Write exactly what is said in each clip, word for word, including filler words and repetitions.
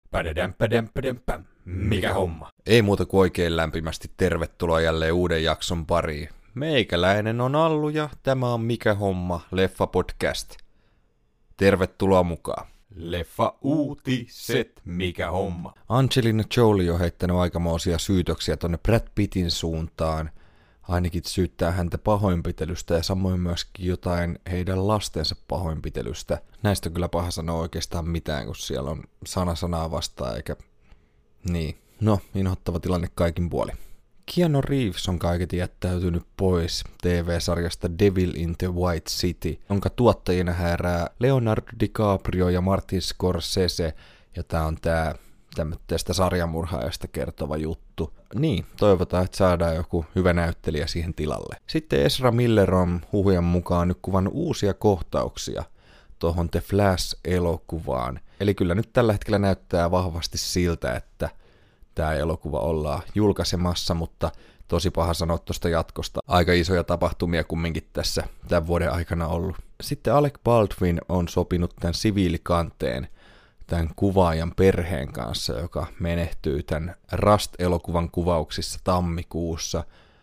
Pädädämpädämpädämpä. Mikä homma? Ei muuta kuin oikein lämpimästi tervetuloa jälleen uuden jakson pariin. Meikäläinen on Allu ja tämä on Mikä homma, Leffa Podcast. Tervetuloa mukaan. Leffa uutiset. Mikä homma? Angelina Jolie on heittänyt aikamoisia syytöksiä tonne Brad Pittin suuntaan. Ainakin syyttää häntä pahoinpitelystä ja samoin myöskin jotain heidän lastensa pahoinpitelystä. Näistä on kyllä paha sanoa oikeastaan mitään, kun siellä on sana sanaa vastaan eikä... Niin, no, inhottava tilanne kaikin puolin. Keanu Reeves on kaiketi jättäytynyt pois T V-sarjasta Devil in the White City, jonka tuottajina häärää Leonardo DiCaprio ja Martin Scorsese, ja tää on tää tästä sarjamurhaajasta kertova juttu. Niin, toivotaan, että saadaan joku hyvä näyttelijä siihen tilalle. Sitten Ezra Miller on huhujen mukaan nyt kuvannut uusia kohtauksia tuohon The Flash-elokuvaan. Eli kyllä nyt tällä hetkellä näyttää vahvasti siltä, että tämä elokuva ollaan julkaisemassa, mutta tosi paha sanoa tuosta jatkosta. Aika isoja tapahtumia kumminkin tässä tämän vuoden aikana ollut. Sitten Alec Baldwin on sopinut tämän siviilikanteen tämän kuvaajan perheen kanssa, joka menehtyy tämän Rust-elokuvan kuvauksissa tammikuussa.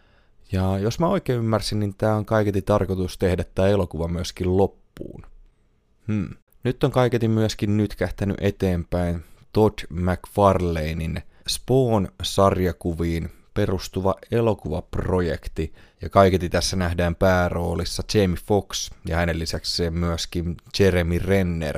Ja jos mä oikein ymmärsin, niin tämä on kaiketi tarkoitus tehdä tämä elokuva myöskin loppuun. Hmm. Nyt on kaiketi myöskin nytkähtänyt eteenpäin Todd McFarlanein Spawn-sarjakuviin perustuva elokuvaprojekti, ja kaiketi tässä nähdään pääroolissa Jamie Foxx ja hänen lisäksi myöskin Jeremy Renner.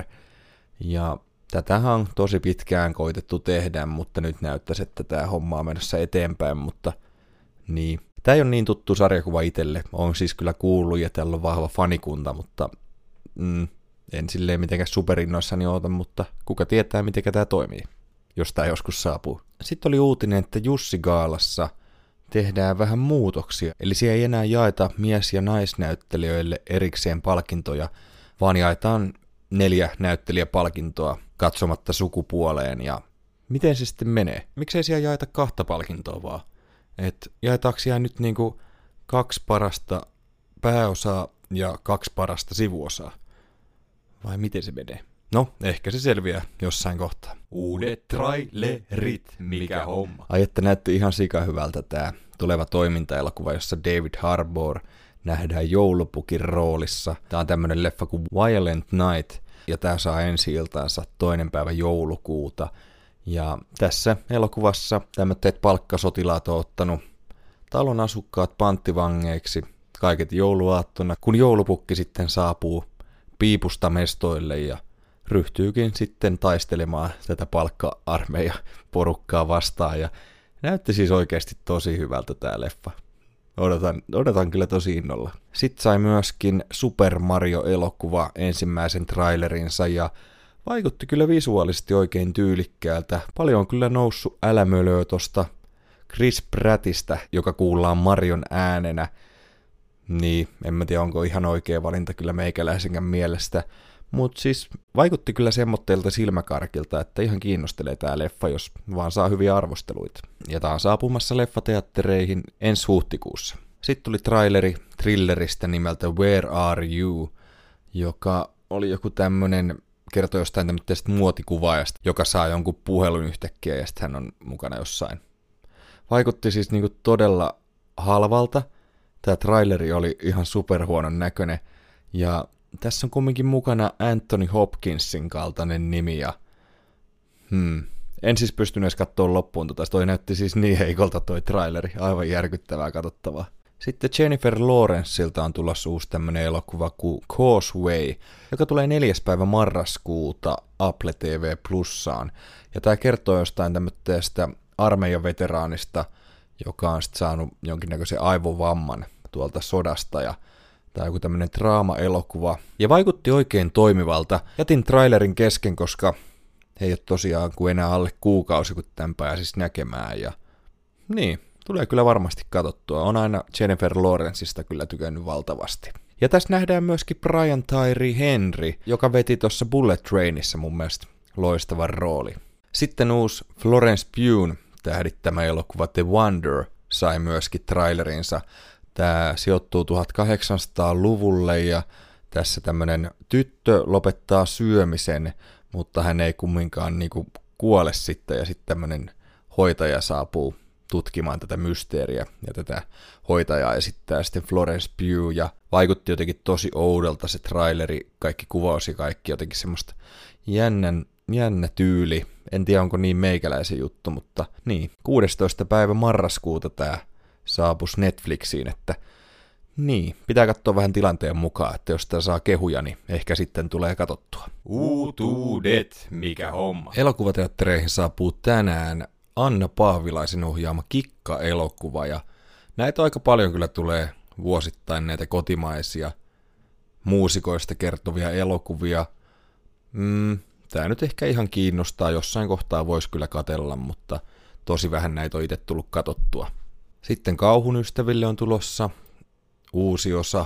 Ja tätähän on tosi pitkään koitettu tehdä, mutta nyt näyttäisi, että tämä homma on menossa eteenpäin, mutta niin. Tämä ei ole niin tuttu sarjakuva itselle, on siis kyllä kuullut ja täällä on vahva fanikunta, mutta mm, en silleen mitenkään superinnoissani oota, mutta kuka tietää miten tämä toimii, jos tämä joskus saapuu. Sitten oli uutinen, että Jussi-gaalassa tehdään vähän muutoksia, eli siellä ei enää jaeta mies- ja naisnäyttelijöille erikseen palkintoja, vaan jaetaan neljä näyttelijäpalkintoa katsomatta sukupuoleen, ja miten se sitten menee? Miksei siellä jaeta kahta palkintoa vaan? Et jaetaanko siellä nyt niinku kaksi parasta pääosaa ja kaksi parasta sivuosaa? Vai miten se menee? No, ehkä se selviää jossain kohtaa. Uudet trailerit. Mikä homma? Ai että näytti ihan sika hyvältä tää tuleva toimintaelokuva, jossa David Harbour nähdään joulupukin roolissa. Tää on tämmönen leffa kuin Violent Night, ja tää saa ensi-iltaansa toinen päivä joulukuuta. Ja tässä elokuvassa tämmöiset palkkasotilaat on ottanut talon asukkaat panttivangeiksi kaiket jouluaattona, kun joulupukki sitten saapuu piipusta mestoille ja ryhtyykin sitten taistelemaan tätä palkka-armeija porukkaa vastaan. Ja näytti siis oikeasti tosi hyvältä tää leffa. Odotan, odotan kyllä tosi innolla. Sitten sai myöskin Super Mario-elokuva ensimmäisen trailerinsa ja vaikutti kyllä visuaalisesti oikein tyylikkäältä. Paljon on kyllä noussut älämölöä tosta Chris Prattista, joka kuullaan Marion äänenä. Niin, en mä tiedä onko ihan oikea valinta kyllä meikäläisenkään mielestä. Mut siis vaikutti kyllä semmoitteelta silmäkarkilta, että ihan kiinnostelee tää leffa, jos vaan saa hyviä arvosteluita. Ja tää on saapumassa leffateattereihin ensi huhtikuussa. Sitten tuli traileri thrilleristä nimeltä Where Are You, joka oli joku tämmönen, kertoi jostain tämmöisestä muotikuvaajasta, joka saa jonkun puhelun yhtäkkiä ja sitten hän on mukana jossain. Vaikutti siis niinku todella halvalta. Tää traileri oli ihan superhuonon näköinen ja tässä on kumminkin mukana Anthony Hopkinsin kaltainen nimi ja hmm, en siis pystynyt edes katsoa loppuun tota, toi näytti siis niin heikolta toi traileri, aivan järkyttävää katsottavaa. Sitten Jennifer Lawrenceilta on tulossa uusi tämmönen elokuva kuin Causeway, joka tulee neljäs päivä marraskuuta Apple T V Plussaan. Ja tää kertoo jostain tämmöistä armeijan veteraanista, joka on sitten saanut jonkinnäköisen aivovamman tuolta sodasta ja tai joku tämmönen draama-elokuva. Ja vaikutti oikein toimivalta. Jätin trailerin kesken, koska ei ole tosiaan kuin enää alle kuukausi, kun tämän pääsis näkemään. Ja niin, tulee kyllä varmasti katsottua. On aina Jennifer Lawrenceista kyllä tykännyt valtavasti. Ja tässä nähdään myöskin Brian Tyree Henry, joka veti tuossa Bullet Trainissa mun mielestä loistavan rooli. Sitten uusi Florence Pugh tähdittämä elokuva The Wonder sai myöskin trailerinsa. Tämä sijoittuu tuhatkahdeksansataaluvulle ja tässä tämmöinen tyttö lopettaa syömisen, mutta hän ei kumminkaan niinku kuole sitten ja sitten tämmöinen hoitaja saapuu tutkimaan tätä mysteeriä ja tätä hoitajaa esittää sitten Florence Pugh ja vaikutti jotenkin tosi oudolta se traileri, kaikki kuvaus ja kaikki jotenkin semmoista jännän, jännä tyyli. En tiedä onko niin meikäläisen juttu, mutta niin, kuudestoista päivä marraskuuta tää saapus Netflixiin, että niin, pitää katsoa vähän tilanteen mukaan, että jos tää saa kehuja, niin ehkä sitten tulee katsottua. Uutuudet, mikä homma. Elokuvateattereihin saapuu tänään Anna Paavilaisen ohjaama Kikka-elokuva, ja näitä aika paljon kyllä tulee vuosittain näitä kotimaisia muusikoista kertovia elokuvia. Mm, tää nyt ehkä ihan kiinnostaa, jossain kohtaa voisi kyllä katella, mutta tosi vähän näitä on itse tullut katsottua. Sitten kauhun ystäville on tulossa uusi osa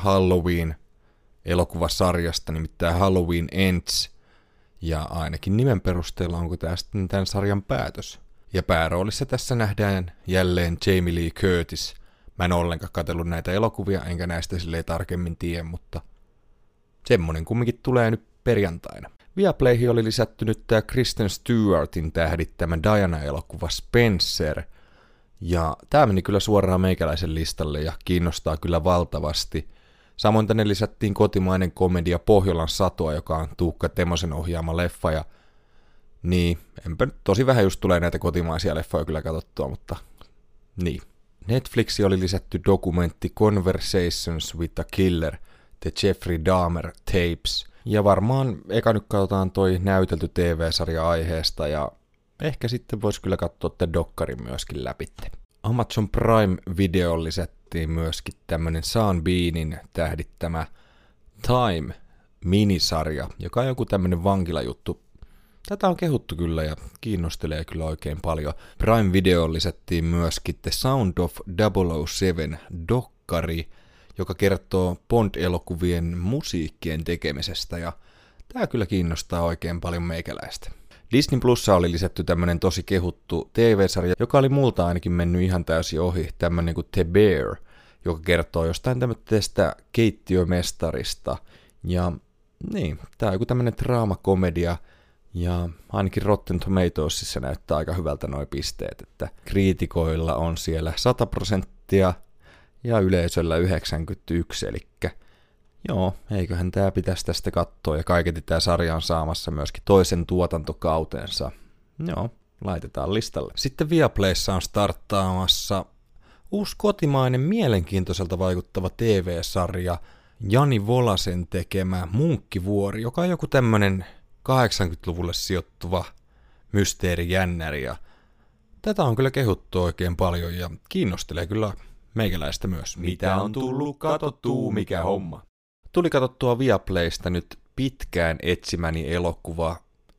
Halloween-elokuvasarjasta, nimittäin Halloween Ends, ja ainakin nimen perusteella onko tämä sitten tämän sarjan päätös. Ja pääroolissa tässä nähdään jälleen Jamie Lee Curtis. Mä en ollenkaan katsellut näitä elokuvia, enkä näistä silleen tarkemmin tiedä, mutta semmonen kumminkin tulee nyt perjantaina. Viaplayhin oli lisätty nyt tää Kristen Stewartin tähdittämä Diana-elokuva Spencer. Ja tää meni kyllä suoraan meikäläisen listalle ja kiinnostaa kyllä valtavasti. Samoin tänne lisättiin kotimainen komedia Pohjolan satoa, joka on Tuukka Temosen ohjaama leffa. Ja niin, enpä nyt tosi vähän just tulee näitä kotimaisia leffoja kyllä katsottua, mutta niin. Netflixi oli lisätty dokumentti Conversations with a Killer, The Jeffrey Dahmer Tapes. Ja varmaan eka nyt katsotaan toi näytelty T V-sarja aiheesta ja ehkä sitten voisi kyllä katsoa tämän dokkarin myöskin läpitte. Amazon Prime-videoon lisättiin myöskin tämmönen Sean Beanin tähdittämä Time-minisarja, joka on joku tämmönen vankilajuttu. Tätä on kehuttu kyllä ja kiinnostelee kyllä oikein paljon. Prime-videoon lisättiin myöskin The Sound of double oh seven dokkari, joka kertoo Bond-elokuvien musiikkien tekemisestä ja tää kyllä kiinnostaa oikein paljon meikäläistä. Disney Plussa oli lisätty tämmönen tosi kehuttu T V-sarja, joka oli multa ainakin mennyt ihan täysin ohi, tämmönen kuin The Bear, joka kertoo jostain tämmöistä keittiömestarista. Ja niin, tää on joku tämmönen draamakomedia, ja ainakin Rotten Tomatoesissa näyttää aika hyvältä noi pisteet, että kriitikoilla on siellä sata prosenttia ja yleisöllä yhdeksänkymmentäyksi, eli joo, eiköhän tää pitäisi tästä katsoa, ja kaiketi tää sarja on saamassa myöskin toisen tuotantokautensa. Joo, laitetaan listalle. Sitten Viaplayssa on starttaamassa uusi kotimainen mielenkiintoiselta vaikuttava T V-sarja, Jani Volasen tekemä Munkkivuori, joka on joku tämmönen kahdeksankymmentäluvulle sijoittuva mysteerijännäri, ja tätä on kyllä kehuttu oikein paljon, ja kiinnostelee kyllä meikäläistä myös. Mitä on tullut katsottua, mikä homma? Tuli katsottua Viaplaysta nyt pitkään etsimäni elokuva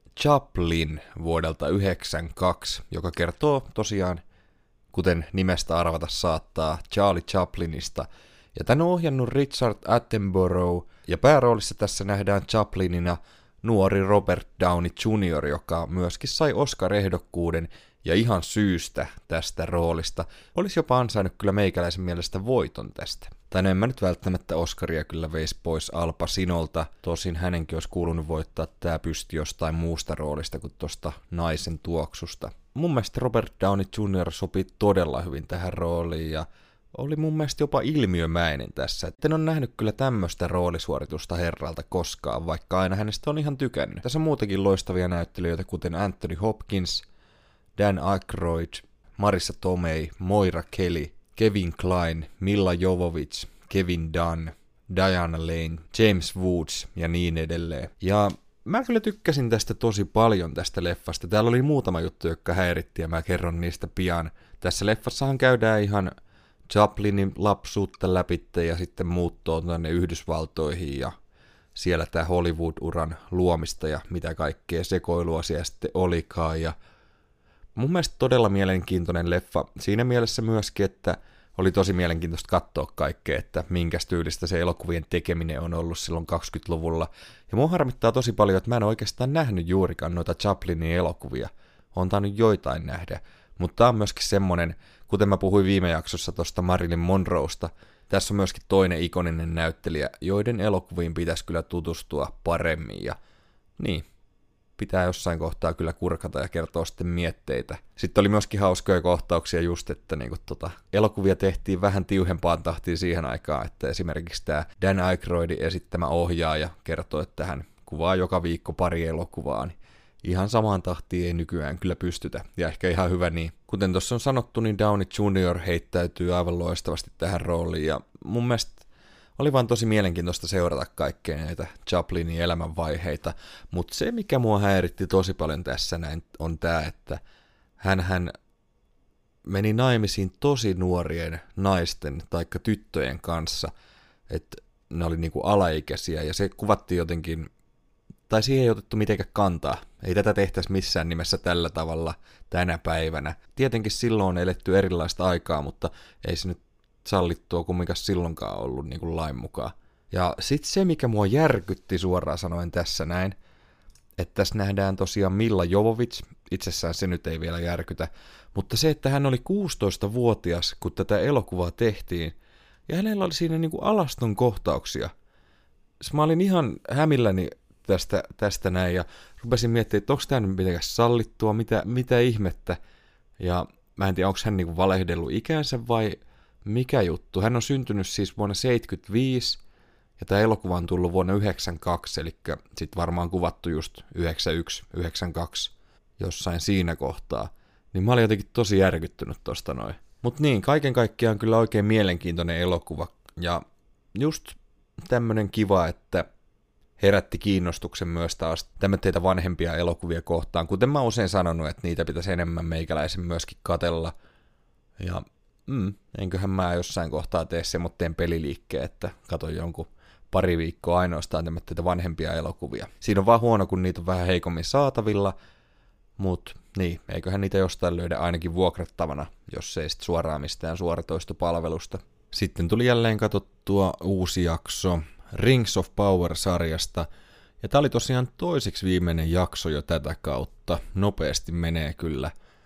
Chaplin vuodelta yhdeksänkymmentäkaksi, joka kertoo tosiaan, kuten nimestä arvata saattaa, Charlie Chaplinista. Ja tän on ohjannut Richard Attenborough, ja pääroolissa tässä nähdään Chaplinina nuori Robert Downey juniori, joka myöskin sai Oscar-ehdokkuuden ja ihan syystä tästä roolista. Olisi jopa ansainnut kyllä meikäläisen mielestä voiton tästä. Tai no en mä nyt välttämättä Oscaria kyllä veisi pois Al Pacinolta, tosin hänenkin olisi kuulunut voittaa tää pysti jostain muusta roolista kuin tosta naisen tuoksusta. Mun mielestä Robert Downey juniori sopi todella hyvin tähän rooliin ja oli mun mielestä jopa ilmiömäinen tässä. En ole nähnyt kyllä tämmöistä roolisuoritusta herralta koskaan, vaikka aina hänestä on ihan tykännyt. Tässä on muutenkin loistavia näyttelijöitä, kuten Anthony Hopkins, Dan Aykroyd, Marissa Tomei, Moira Kelly, Kevin Kline, Milla Jovovich, Kevin Dunn, Diana Lane, James Woods ja niin edelleen. Ja mä kyllä tykkäsin tästä tosi paljon tästä leffasta. Täällä oli muutama juttu, joka häiritti ja mä kerron niistä pian. Tässä leffassahan käydään ihan Chaplinin lapsuutta läpitte ja sitten muuttoo tänne Yhdysvaltoihin ja siellä tää Hollywood-uran luomista ja mitä kaikkea sekoilua siellä sitten olikaan. Ja mun mielestä todella mielenkiintoinen leffa siinä mielessä myöskin, että oli tosi mielenkiintoista katsoa kaikkea, että minkäs tyylistä se elokuvien tekeminen on ollut silloin kaksikymmentäluvulla. Ja mua harmittaa tosi paljon, että mä en oikeastaan nähnyt juurikaan noita Chaplinin elokuvia. Oon tainnut joitain nähdä, mutta tää on myöskin semmonen, kuten mä puhuin viime jaksossa tosta Marilyn Monroesta, tässä on myöskin toinen ikoninen näyttelijä, joiden elokuviin pitäisi kyllä tutustua paremmin. Ja niin, pitää jossain kohtaa kyllä kurkata ja kertoa sitten mietteitä. Sitten oli myöskin hauskoja kohtauksia just, että niinku tota, elokuvia tehtiin vähän tiuhempaan tahtiin siihen aikaan, että esimerkiksi tämä Dan Aykroydin esittämä ohjaaja kertoi, että hän kuvaa joka viikko pari elokuvaa, niin ihan samaan tahtiin ei nykyään kyllä pystytä, ja ehkä ihan hyvä niin. Kuten tuossa on sanottu, niin Downey junior heittäytyy aivan loistavasti tähän rooliin, ja mun mielestä oli vaan tosi mielenkiintoista seurata kaikkea näitä Chaplinin elämänvaiheita, mutta se, mikä mua häiritti tosi paljon tässä näin, on tämä, että hänhän meni naimisiin tosi nuorien naisten tai tyttöjen kanssa, että ne oli niinku alaikäisiä, ja se kuvattiin jotenkin, tai siihen ei otettu mitenkään kantaa. Ei tätä tehtäisi missään nimessä tällä tavalla tänä päivänä. Tietenkin silloin on eletty erilaista aikaa, mutta ei se nyt sallittua kumminkaan silloinkaan ollut niin kuin lain mukaan. Ja sitten se, mikä mua järkytti suoraan sanoen tässä näin, että tässä nähdään tosiaan Milla Jovovich, itsessään se nyt ei vielä järkytä, mutta se, että hän oli kuusitoistavuotias, kun tätä elokuvaa tehtiin, ja hänellä oli siinä niin kuin alaston kohtauksia. Mä olin ihan hämilläni tästä, tästä näin, ja rupesin miettimään, että onko tämä nyt mitenkään sallittua, mitä, mitä ihmettä, ja mä en tiedä, onko hän niin kuin valehdellut ikänsä vai mikä juttu. Hän on syntynyt siis vuonna seitsemänkymmentäviisi, ja tämä elokuva on tullut vuonna yhdeksänkymmentäkaksi, eli sitten varmaan kuvattu just yhdeksänkymmentäyksi yhdeksänkymmentäkaksi, jossain siinä kohtaa. Niin mä olin jotenkin tosi järkyttynyt tosta noin. Mut niin, kaiken kaikkiaan kyllä oikein mielenkiintoinen elokuva, ja just tämmönen kiva, että herätti kiinnostuksen myös taas tämmöitä vanhempia elokuvia kohtaan, kuten mä usein sanonut, että niitä pitäisi enemmän meikäläisen myöskin katella, ja mm, enköhän mä jossain kohtaa tee semmoitteen peliliikkeen, että katon jonkun pari viikkoa ainoastaan tämmöitä vanhempia elokuvia. Siinä on vaan huono, kun niitä on vähän heikommin saatavilla, mut niin, eiköhän niitä jostain löydä ainakin vuokrattavana, jos ei sit suoraan mistään suoratoistopalvelusta. Sitten tuli jälleen katsottua uusi jakso Rings of Power-sarjasta, ja tää oli tosiaan toiseksi viimeinen jakso jo tätä kautta, nopeasti menee kyllä.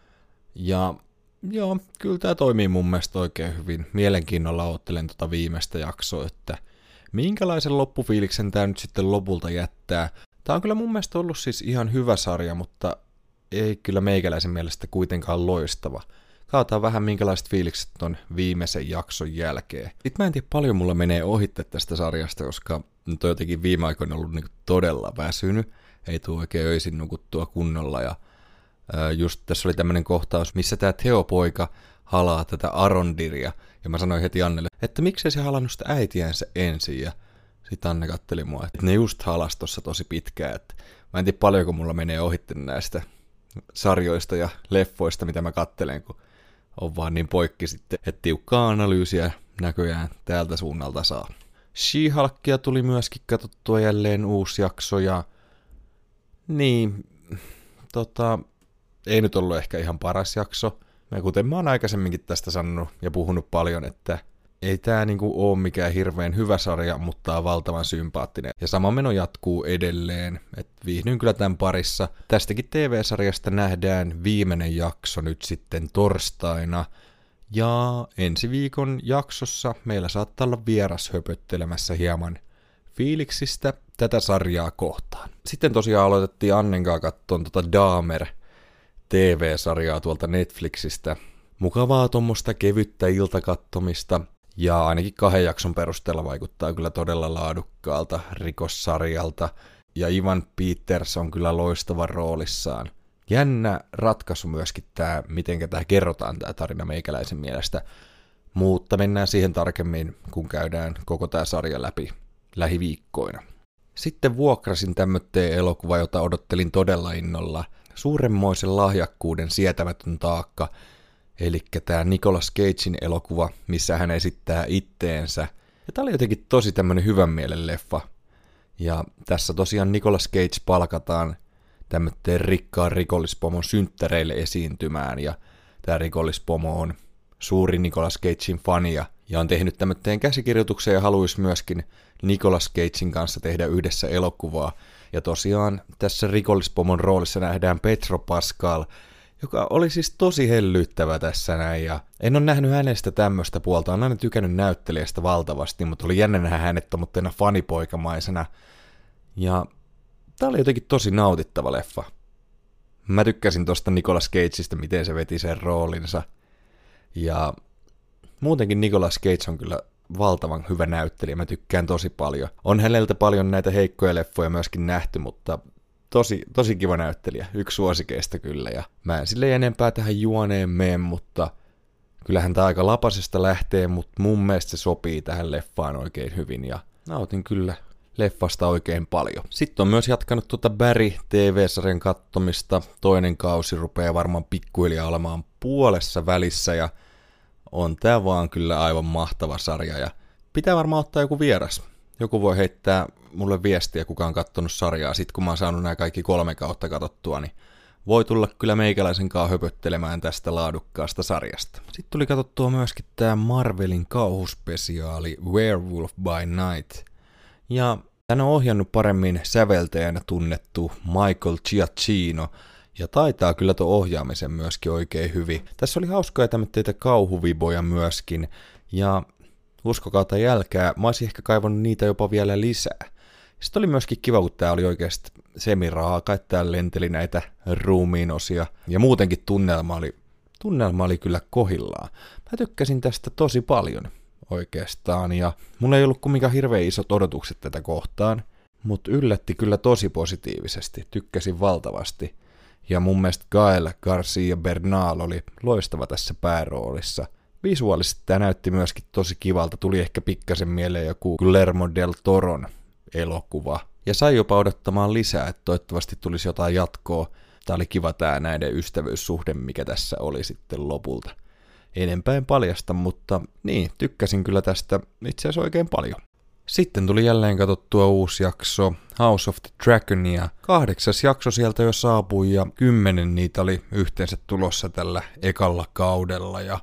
Ja joo, kyllä tää toimii mun mielestä oikein hyvin. Mielenkiinnolla oottelen tota viimeistä jaksoa, että minkälaisen loppufiiliksen tää nyt sitten lopulta jättää. Tää on kyllä mun mielestä ollut siis ihan hyvä sarja, mutta ei kyllä meikäläisen mielestä kuitenkaan loistava. Katsotaan vähän minkälaiset fiilikset ton viimeisen jakson jälkeen. Sitten mä en tiedä paljon mulla menee ohitte tästä sarjasta, koska nyt on jotenkin viime aikoina ollut niinku todella väsynyt. Ei tule oikein öisin nukuttua kunnolla, ja just tässä oli tämmönen kohtaus, missä tää Theo-poika halaa tätä Arondiria, ja mä sanoin heti Annelle, että miksei se halannut sitä äitiänsä ensin, ja sit Anne katteli mua, että ne just halas tossa tosi pitkään, että mä en tiedä paljonko mulla menee ohitte näistä sarjoista ja leffoista, mitä mä kattelen, kun on vaan niin poikki sitten, että tiukkaa analyysiä näköjään täältä suunnalta saa. She-Hulkia tuli myöskin katsottua jälleen uusi jakso, ja niin, tota, ei nyt ollut ehkä ihan paras jakso. Ja kuten mä oon aikaisemminkin tästä sanonut ja puhunut paljon, että ei tää niinku oo mikään hirveän hyvä sarja, mutta on valtavan sympaattinen. Ja sama meno jatkuu edelleen, että viihdyin kyllä tämän parissa. Tästäkin T V-sarjasta nähdään viimeinen jakso nyt sitten torstaina. Ja ensi viikon jaksossa meillä saattaa olla vieras höpöttelemässä hieman fiiliksistä tätä sarjaa kohtaan. Sitten tosiaan aloitettiin Annen kanssa katsomaan tota Dahmer T V-sarjaa tuolta Netflixistä. Mukavaa tuommoista kevyttä iltakattomista, ja ainakin kahden jakson perusteella vaikuttaa kyllä todella laadukkaalta rikossarjalta, ja Ivan Peters on kyllä loistava roolissaan. Jännä ratkaisu myöskin tämä, miten tämä kerrotaan tämä tarina meikäläisen mielestä, mutta mennään siihen tarkemmin, kun käydään koko tämä sarja läpi lähiviikkoina. Sitten vuokrasin tämmötteen elokuva, jota odottelin todella innolla, Suuremmoisen lahjakkuuden sietämätön taakka, eli tämä Nicolas Cagein elokuva, missä hän esittää itteensä. Ja tää oli jotenkin tosi tämmönen hyvän mielen leffa. Ja tässä tosiaan Nicolas Cage palkataan tämmötteen rikkaan rikollispomon synttäreille esiintymään, ja tämä rikollispomo on suuri Nicolas Cagein fania, ja on tehnyt tämmötteen käsikirjoituksen ja haluaisi myöskin Nicolas Cagein kanssa tehdä yhdessä elokuvaa. Ja tosiaan tässä rikollispomon roolissa nähdään Pedro Pascal, joka oli siis tosi hellyttävä tässä näin, ja en ole nähnyt hänestä tämmöistä puolta, on aina tykännyt näyttelijästä valtavasti, mutta oli jännä nähdä hänet tommotteena fanipoikamaisena, ja tää oli jotenkin tosi nautittava leffa. Mä tykkäsin tosta Nicolas Cageista, miten se veti sen roolinsa. Ja muutenkin Nicolas Cage on kyllä valtavan hyvä näyttelijä, mä tykkään tosi paljon. On häneltä paljon näitä heikkoja leffoja myöskin nähty, mutta tosi, tosi kiva näyttelijä, yksi suosikeista kyllä. Ja mä en silleen enempää tähän juoneen mene, mutta kyllähän tää aika lapasesta lähtee, mutta mun mielestä se sopii tähän leffaan oikein hyvin ja nautin kyllä leffasta oikein paljon. Sitten on myös jatkanut tuota Barry T V-sarjan kattomista. Toinen kausi rupeaa varmaan pikkuhiljaa olemaan puolessa välissä ja on tää vaan kyllä aivan mahtava sarja ja pitää varmaan ottaa joku vieras. Joku voi heittää mulle viestiä, kuka on kattonut sarjaa. Sitten kun mä oon saanut nämä kaikki kolme kautta katsottua, niin voi tulla kyllä meikäläisen kanssa höpöttelemään tästä laadukkaasta sarjasta. Sitten tuli katsottua myöskin tää Marvelin kauhuspesiaali Werewolf by Night. Ja tän on ohjannut paremmin säveltäjänä tunnettu Michael Giacchino, ja taitaa kyllä tuon ohjaamisen myöskin oikein hyvin. Tässä oli hauskaa tämmöitä kauhuviboja myöskin, ja uskokaa tai jälkää, mä olisin ehkä kaivannut niitä jopa vielä lisää. Sitten oli myöskin kiva, kun tää oli oikeasti semiraaka, että täällä lenteli näitä ruumiin osia, ja muutenkin tunnelma oli, tunnelma oli kyllä kohillaan. Mä tykkäsin tästä tosi paljon oikeastaan, ja mulla ei ollut kumminkaan hirveän isot odotukset tätä kohtaan, mutta yllätti kyllä tosi positiivisesti, tykkäsin valtavasti. Ja mun mielestä Gael Garcia Bernal oli loistava tässä pääroolissa. Visuaalisesti tämä näytti myöskin tosi kivalta, tuli ehkä pikkasen mieleen joku Guillermo del Toron elokuva. Ja sai jopa odottamaan lisää, että toivottavasti tulisi jotain jatkoa. Tämä oli kiva tämä näiden ystävyyssuhde, mikä tässä oli sitten lopulta. Enempää en paljasta, mutta niin, tykkäsin kyllä tästä itse asiassa oikein paljon. Sitten tuli jälleen katsottua uusi jakso House of the Dragonia. Kahdeksas jakso sieltä jo saapui ja kymmenen niitä oli yhteensä tulossa tällä ekalla kaudella. Ja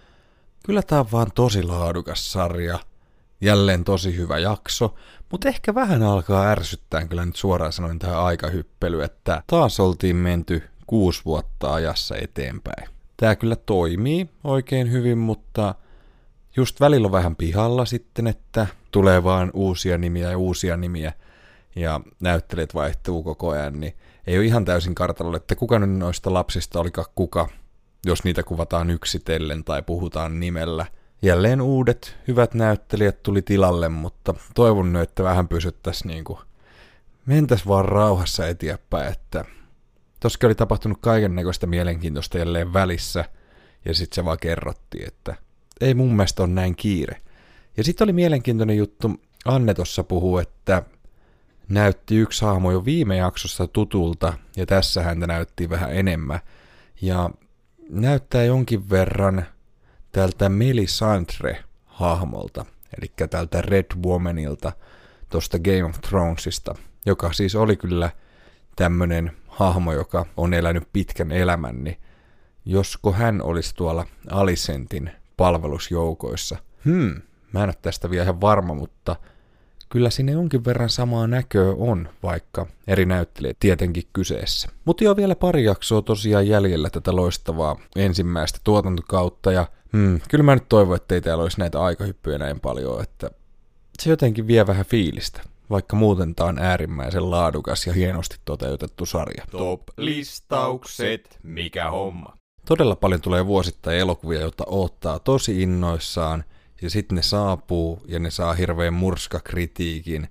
kyllä tää on vaan tosi laadukas sarja. Jälleen tosi hyvä jakso, mutta ehkä vähän alkaa ärsyttää kyllä nyt suoraan sanoen tähän aikahyppely, että taas oltiin menty kuusi vuotta ajassa eteenpäin. Tää kyllä toimii oikein hyvin, mutta just välillä on vähän pihalla sitten, että tulee vaan uusia nimiä ja uusia nimiä ja näyttelijät vaihtuu koko ajan, niin ei ole ihan täysin kartalla, että kuka nyt noista lapsista olikaan kuka, jos niitä kuvataan yksitellen tai puhutaan nimellä. Jälleen uudet hyvät näyttelijät tuli tilalle, mutta toivon nyt, että vähän pysyttäisiin niin kuin, mentäisiin vaan rauhassa eteenpäin, että toska oli tapahtunut kaiken näköistä mielenkiintoista jälleen välissä ja sitten se vaan kerrottiin, että ei mun mielestä ole näin kiire. Ja sitten oli mielenkiintoinen juttu, Anne tuossa puhuu, että näytti yksi hahmo jo viime jaksossa tutulta, ja tässä häntä näytti vähän enemmän. Ja näyttää jonkin verran tältä Melisandre-hahmolta, eli tältä Red Womanilta, tuosta Game of Thronesista, joka siis oli kyllä tämmönen hahmo, joka on elänyt pitkän elämän, niin josko hän olisi tuolla Alicenttin palvelusjoukoissa. Hmm, mä en ole tästä vielä ihan varma, mutta kyllä sinne jonkin verran samaa näköä on, vaikka eri näyttelijät tietenkin kyseessä. Mutta jo vielä pari jaksoa tosiaan jäljellä tätä loistavaa ensimmäistä tuotantokautta, ja hmm, kyllä mä nyt toivon, ettei täällä olisi näitä aikahyppyjä näin paljon, että se jotenkin vie vähän fiilistä, vaikka muuten tää on äärimmäisen laadukas ja hienosti toteutettu sarja. Top-listaukset, mikä homma. Todella paljon tulee vuosittain elokuvia, joita odottaa tosi innoissaan, ja sitten ne saapuu, ja ne saa hirveän murskakritiikin.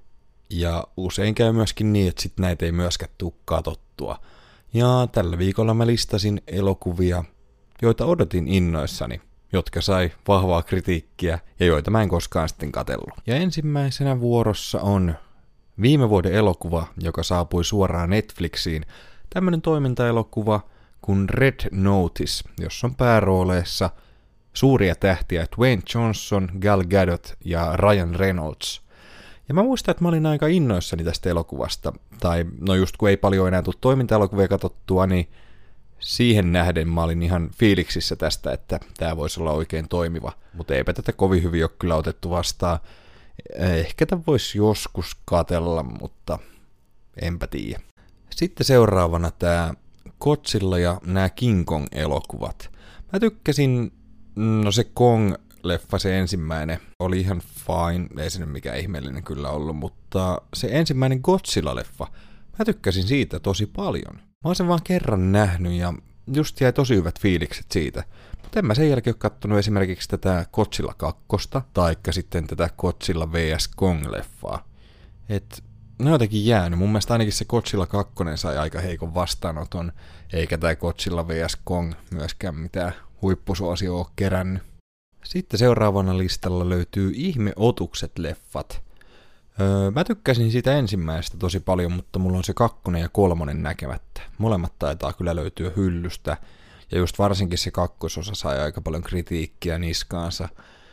Ja usein käy myöskin niin, että sitten näitä ei myöskään tule katsottua. Ja tällä viikolla mä listasin elokuvia, joita odotin innoissani, jotka sai vahvaa kritiikkiä, ja joita mä en koskaan sitten katsellut. Ja ensimmäisenä vuorossa on viime vuoden elokuva, joka saapui suoraan Netflixiin. Tämmönen toimintaelokuva kuin Red Notice, jossa on päärooleissa suuria tähtiä Dwayne Johnson, Gal Gadot ja Ryan Reynolds. Ja mä muistan, että mä olin aika innoissani tästä elokuvasta, tai no just kun ei paljon enää tule toimintaelokuvia katsottua, niin siihen nähden mä olin ihan fiiliksissä tästä, että tää voisi olla oikein toimiva. Mutta eipä tätä kovin hyvin ole kyllä otettu vastaan. Ehkä tämän voisi joskus katella, mutta enpä tiedä. Sitten seuraavana tää Godzilla ja nämä King Kong-elokuvat. Mä tykkäsin, no se Kong-leffa, se ensimmäinen, oli ihan fine, ei se nyt mikään ihmeellinen kyllä ollut, mutta se ensimmäinen Godzilla-leffa mä tykkäsin siitä tosi paljon. Mä oon sen vaan kerran nähnyt ja just jäi tosi hyvät fiilikset siitä. Mutta en mä sen jälkeen ole kattonut esimerkiksi tätä Godzilla kakkosta, taikka sitten tätä Godzilla versus. Kong-leffaa. Et ne on jotenkin jäänyt. Mun mielestä ainakin se Godzilla kaksi sai aika heikon vastaanoton, eikä tää Godzilla versus. Kong myöskään mitään huippusuosio ole kerännyt. Sitten seuraavana listalla löytyy Ihmeotukset-leffat. Öö, mä tykkäsin siitä ensimmäisestä tosi paljon, mutta mulla on se kakkonen ja kolmonen näkemättä. Molemmat taitaa kyllä löytyä hyllystä, ja just varsinkin se kakkososa sai aika paljon kritiikkiä niskaansa.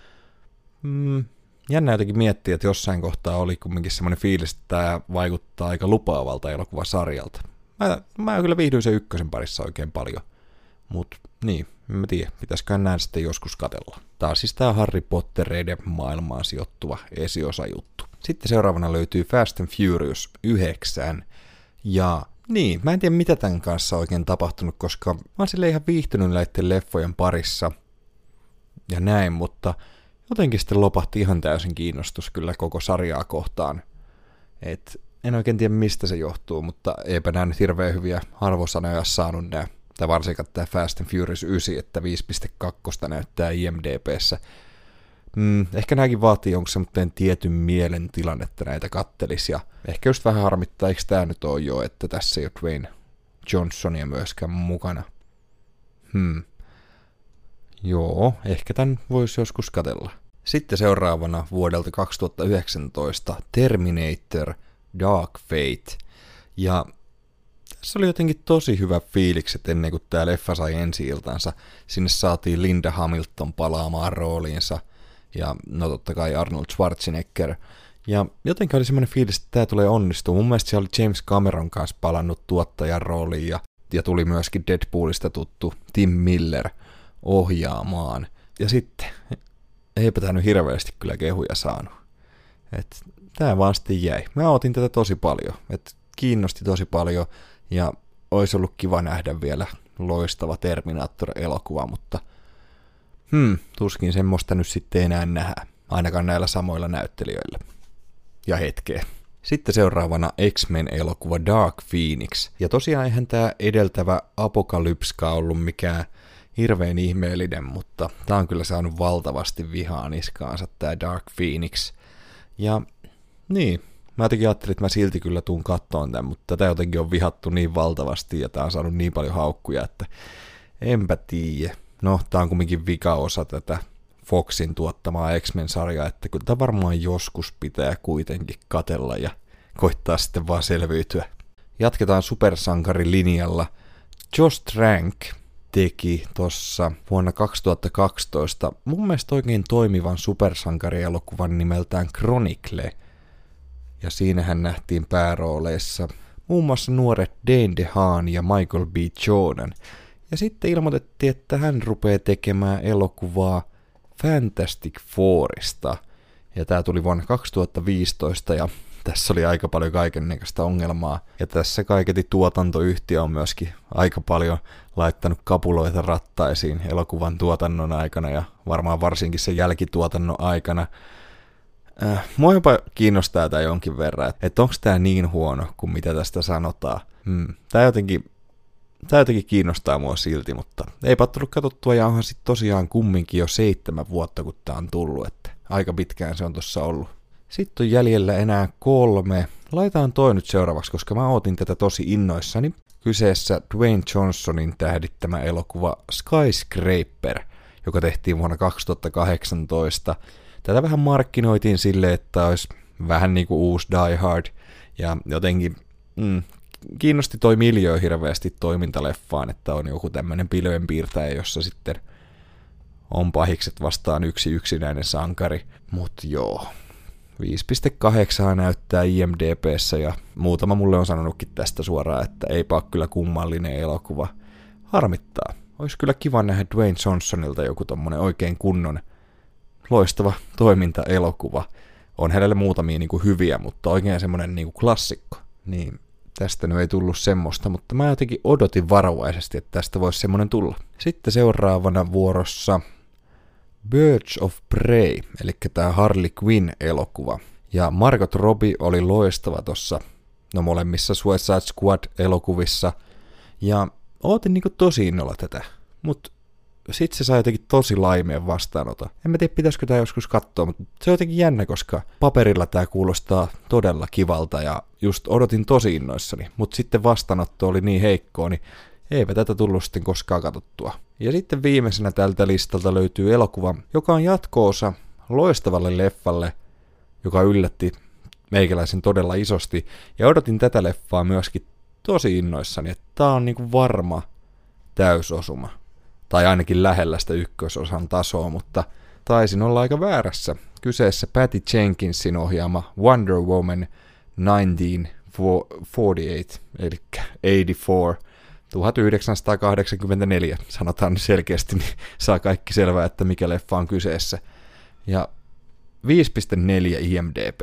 Mm, jännä jotenkin miettiä, että jossain kohtaa oli kumminkin semmoinen fiilis, että tämä vaikuttaa aika lupaavalta elokuvasarjalta. Mä, mä kyllä viihdyin sen ykkösen parissa oikein paljon, mutta niin, en mä tiedä, pitäisikään näin sitten joskus katsella. Tää on siis tää Harry Pottereiden maailmaan sijoittuva esiosajuttu. Sitten seuraavana löytyy Fast and Furious yhdeksän. Ja niin, mä en tiedä mitä tämän kanssa on oikein tapahtunut, koska mä oon silleen ihan viihtynyt näiden leffojen parissa ja näin, mutta jotenkin sitten lopahti ihan täysin kiinnostus kyllä koko sarjaa kohtaan. Et en oikein tiedä mistä se johtuu, mutta eipä nää nyt hirveän hyviä arvosanoja saanut nää. Tai varsinkaan tämä Fast and Furious yhdeksän, että viisi pilkku kaksi näyttää I M D B:ssä. Mm, ehkä nämäkin vaatii jonkun semmoinen tietyn mielentilan, että näitä kattelisi. Ja ehkä just vähän harmittaa, eikö tämä nyt ole jo, että tässä ei ole Dwayne Johnsonia myöskään mukana. Hmm. Joo, ehkä tämän voisi joskus katsella. Sitten seuraavana vuodelta kaksituhattayhdeksäntoista Terminator Dark Fate. Ja tässä oli jotenkin tosi hyvä fiilikset ennen kuin tämä leffa sai ensi-iltansa. Sinne saatiin Linda Hamilton palaamaan rooliinsa ja no totta kai Arnold Schwarzenegger. Ja jotenkin oli semmoinen fiilis, että tämä tulee onnistumaan. Mun mielestä siellä oli James Cameron kanssa palannut tuottajan rooliin ja, ja tuli myöskin Deadpoolista tuttu Tim Miller ohjaamaan. Ja sitten eipä tämä nyt hirveästi kyllä kehuja saanut. Et tää vaan sitten jäi. Mä otin tätä tosi paljon. Et kiinnosti tosi paljon. Ja olisi ollut kiva nähdä vielä loistava Terminator-elokuva, mutta hmm, tuskin semmoista nyt sitten enää nähdä, ainakaan näillä samoilla näyttelijöillä. Ja hetkeä. Sitten seuraavana X-Men-elokuva Dark Phoenix. Ja tosiaan eihän tämä edeltävä Apokalypska ollut mikään hirveän ihmeellinen, mutta tää on kyllä saanut valtavasti vihaa niskaansa tää Dark Phoenix. Ja niin, mä jotenkin ajattelin, että mä silti kyllä tuun kattoon tämän, mutta tätä jotenkin on vihattu niin valtavasti ja tää on saanut niin paljon haukkuja, että enpä tiedä. No, tää on kumminkin vikaosa tätä Foxin tuottamaa X-Men-sarjaa, että kyllä tää varmaan joskus pitää kuitenkin katella ja koittaa sitten vaan selviytyä. Jatketaan supersankarilinjalla. Josh Trank teki tossa vuonna kaksituhattakaksitoista mun mielestä oikein toimivan supersankarielokuvan nimeltään Chronicle. Ja siinähän nähtiin päärooleissa muun muassa nuoret Dane DeHaan ja Michael B. Jordan. Ja sitten ilmoitettiin, että hän rupeaa tekemään elokuvaa Fantastic Fourista. Ja tää tuli vuonna kaksituhattaviisitoista ja tässä oli aika paljon kaikennäköistä ongelmaa. Ja tässä kaiketi tuotantoyhtiö on myöskin aika paljon laittanut kapuloita rattaisiin elokuvan tuotannon aikana ja varmaan varsinkin sen jälkituotannon aikana. Äh, mua jopa kiinnostaa tää jonkin verran, että onko tää niin huono kuin mitä tästä sanotaan. Hmm. Tää jotenkin, tää jotenkin kiinnostaa mua silti, mutta eipä tullut katsottua ja onhan sit tosiaan kumminkin jo seitsemän vuotta kun tää on tullut, että aika pitkään se on tossa ollut. Sitten on jäljellä enää kolme. Laitaan toi nyt seuraavaksi, koska mä ootin tätä tosi innoissani. Kyseessä Dwayne Johnsonin tähdittämä elokuva Skyscraper, joka tehtiin vuonna kaksituhattakahdeksantoista. Tätä vähän markkinoitiin silleen, että olisi vähän niinku uusi Die Hard. Ja jotenkin mm, kiinnosti toi miljöö hirveästi toimintaleffaan, että on joku tämmönen pilvenpiirtäjä, jossa sitten on pahikset vastaan yksi yksinäinen sankari. Mut joo. viisi pilkku kahdeksan näyttää I M D B:ssä ja muutama mulle on sanonutkin tästä suoraan, että eipä ole kyllä kummallinen elokuva. Harmittaa. Olisi kyllä kiva nähdä Dwayne Johnsonilta joku tommonen oikein kunnon loistava toimintaelokuva. On hänelle muutamia niinku hyviä, mutta oikein semmonen niinku klassikko. Niin tästä nyt ei tullut semmoista, mutta mä jotenkin odotin varovaisesti, että tästä voisi semmonen tulla. Sitten seuraavana vuorossa Birds of Prey, eli tää Harley Quinn-elokuva. Ja Margot Robbie oli loistava tossa no molemmissa Suicide Squad-elokuvissa, ja ootin niinku tosi innolla tätä, mut sit se sai jotenkin tosi laimeen vastaanoton. En mä tiedä, pitäisikö tää joskus katsoa, mutta se on jotenkin jännä, koska paperilla tää kuulostaa todella kivalta, ja just odotin tosi innoissani, mut sitten vastaanotto oli niin heikkoa, niin eipä tätä tullut sitten koskaan katsottua. Ja sitten viimeisenä tältä listalta löytyy elokuva, joka on jatko-osa loistavalle leffalle, joka yllätti meikäläisen todella isosti, ja odotin tätä leffaa myöskin tosi innoissani, että tää on niinku varma täysosuma. Tai ainakin lähellä sitä ykkösosan tasoa, mutta taisin olla aika väärässä. Kyseessä Patty Jenkinsin ohjaama Wonder Woman tuhatyhdeksänsataaneljäkymmentäkahdeksan, eli kahdeksankymmentäneljä, tuhatyhdeksänsataakahdeksankymmentäneljä, sanotaan selkeästi, niin saa kaikki selvää, että mikä leffa on kyseessä. Ja viisi pilkku neljä I M D B.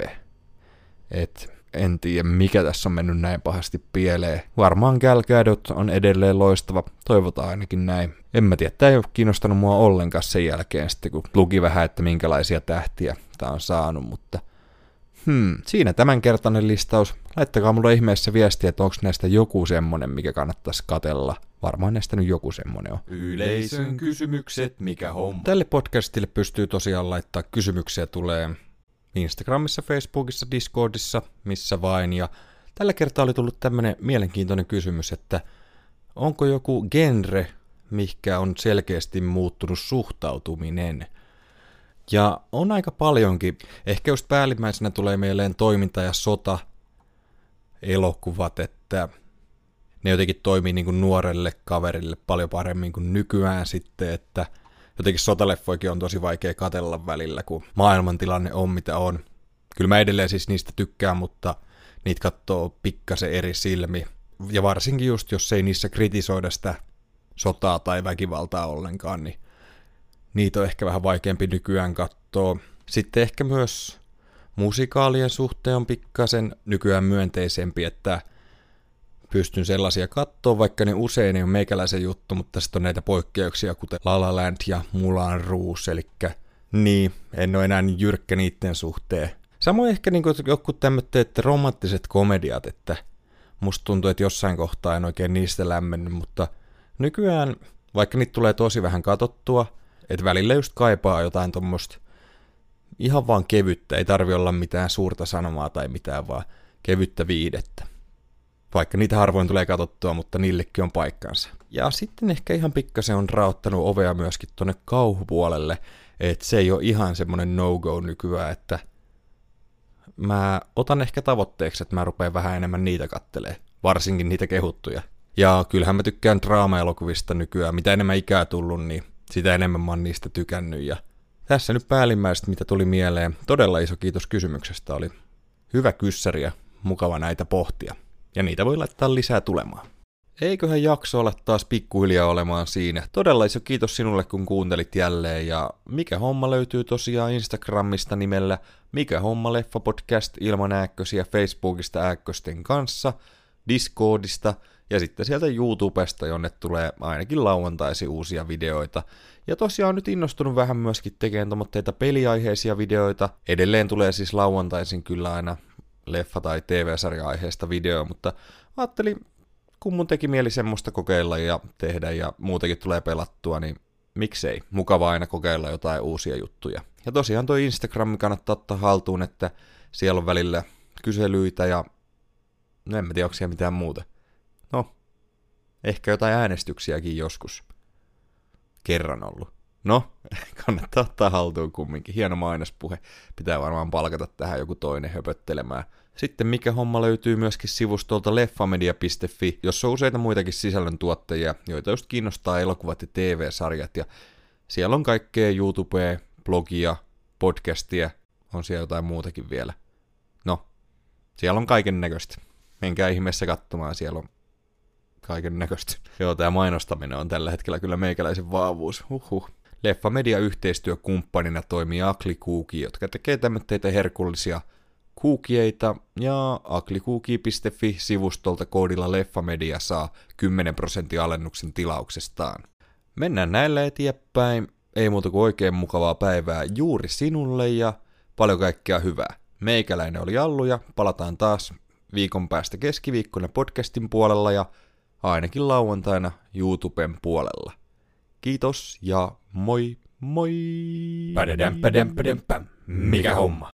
Et en tiedä, mikä tässä on mennyt näin pahasti pieleen. Varmaan Gal Gadot on edelleen loistava, toivotaan ainakin näin. En mä tiedä, tää ei ole kiinnostanut mua ollenkaan sen jälkeen, sitten kun luki vähän, että minkälaisia tähtiä tää on saanut, mutta hmm, siinä tämänkertainen listaus. Laittakaa mulle ihmeessä viestiä, että onko näistä joku semmonen, mikä kannattaisi katella. Varmaan näistä nyt joku semmonen on. Yleisön kysymykset, mikä homma. Tälle podcastille pystyy tosiaan laittaa kysymyksiä, tulee Instagramissa, Facebookissa, Discordissa, missä vain. Ja tällä kertaa oli tullut tämmönen mielenkiintoinen kysymys, että onko joku genre, mikä on selkeästi muuttunut suhtautuminen? Ja on aika paljonkin. Ehkä just päällimmäisenä tulee mieleen toiminta ja sota elokuvat, että ne jotenkin toimii niin kuin nuorelle kaverille paljon paremmin kuin nykyään sitten, että jotenkin sotaleffoikin on tosi vaikea katsella välillä, kun maailmantilanne on mitä on. Kyllä mä edelleen siis niistä tykkään, mutta niitä katsoo pikkasen eri silmi. Ja varsinkin just, jos ei niissä kritisoida sitä sotaa tai väkivaltaa ollenkaan, niin niitä on ehkä vähän vaikeampi nykyään katsoa. Sitten ehkä myös musikaalien suhteen on pikkasen nykyään myönteisempi, että pystyn sellaisia katsoa, vaikka ne usein ei ole meikäläisen juttu, mutta sitten on näitä poikkeuksia, kuten La La Land ja Moulin Rouge, eli niin, en ole enää niin jyrkkä niiden suhteen. Samoin ehkä niin kuin joku tämmöiset romanttiset komediat, että musta tuntuu, että jossain kohtaa en oikein niistä lämmennyt, mutta nykyään, vaikka niitä tulee tosi vähän katsottua, että välillä just kaipaa jotain tommoista ihan vaan kevyttä, ei tarvi olla mitään suurta sanomaa tai mitään, vaan kevyttä viihdettä. Vaikka niitä harvoin tulee katsottua, mutta niillekin on paikkansa. Ja sitten ehkä ihan pikkasen on raottanut ovea myöskin tonne kauhupuolelle, että se ei ole ihan semmonen no-go nykyään, että mä otan ehkä tavoitteeksi, että mä rupean vähän enemmän niitä kattelee, varsinkin niitä kehuttuja. Ja kyllähän mä tykkään draama-elokuvista nykyään, mitä enemmän ikää tullut, niin sitä enemmän mä oon niistä tykännyt. Ja tässä nyt päällimmäiset, mitä tuli mieleen. Todella iso kiitos kysymyksestä, oli hyvä kyssäri ja mukava näitä pohtia. Ja niitä voi laittaa lisää tulemaan. Eiköhän jakso olla taas pikkuhiljaa olemaan siinä. Todella iso kiitos sinulle, kun kuuntelit jälleen. Ja Mikä homma löytyy tosiaan Instagramista nimellä Mikä homma leffa podcast ilman ääkkösiä, Facebookista ääkkösten kanssa, Discordista ja sitten sieltä YouTubesta, jonne tulee ainakin lauantaisin uusia videoita. Ja tosiaan nyt innostunut vähän myöskin tekemään tommoitteita peliaiheisia videoita. Edelleen tulee siis lauantaisin kyllä aina leffa- tai T V-sarja-aiheesta video, mutta ajattelin, kun mun teki mieli semmoista kokeilla ja tehdä ja muutenkin tulee pelattua, niin miksei. Mukava aina kokeilla jotain uusia juttuja. Ja tosiaan toi Instagram kannattaa ottaa haltuun, että siellä on välillä kyselyitä ja no en mä tiedä, onko siellä mitään muuta. No, ehkä jotain äänestyksiäkin joskus. Kerran ollut. No, kannattaa ottaa haltuun kumminkin. Hieno mainospuhe. Pitää varmaan palkata tähän joku toinen höpöttelemään. Sitten Mikä homma löytyy myöskin sivustolta leffamedia piste fi, jossa on useita muitakin sisällöntuottajia, joita just kiinnostaa elokuvat ja T V-sarjat. Ja siellä on kaikkea YouTubea, blogia, podcastia. On siellä jotain muutakin vielä. No, siellä on kaiken näköistä. Menkää ihmeessä katsomaan, siellä on kaiken näköistä. Joo, tää mainostaminen on tällä hetkellä kyllä meikäläisen vaavuus. Huhhuh. Leffamedia-yhteistyökumppanina toimii Akli Kuuki, jotka tekee tämmöitä herkullisia kuukieita, ja aklikuuki piste fi-sivustolta koodilla Leffamedia saa kymmenen prosentin alennuksen tilauksestaan. Mennään näillä eteenpäin. Ei muuta kuin oikein mukavaa päivää juuri sinulle ja paljon kaikkea hyvää. Meikäläinen oli Allu ja palataan taas viikon päästä keskiviikkona podcastin puolella ja ainakin lauantaina YouTuben puolella. Kiitos ja moi moi! Pädädäm, pädäm, pädäm, päm. Mikä homma?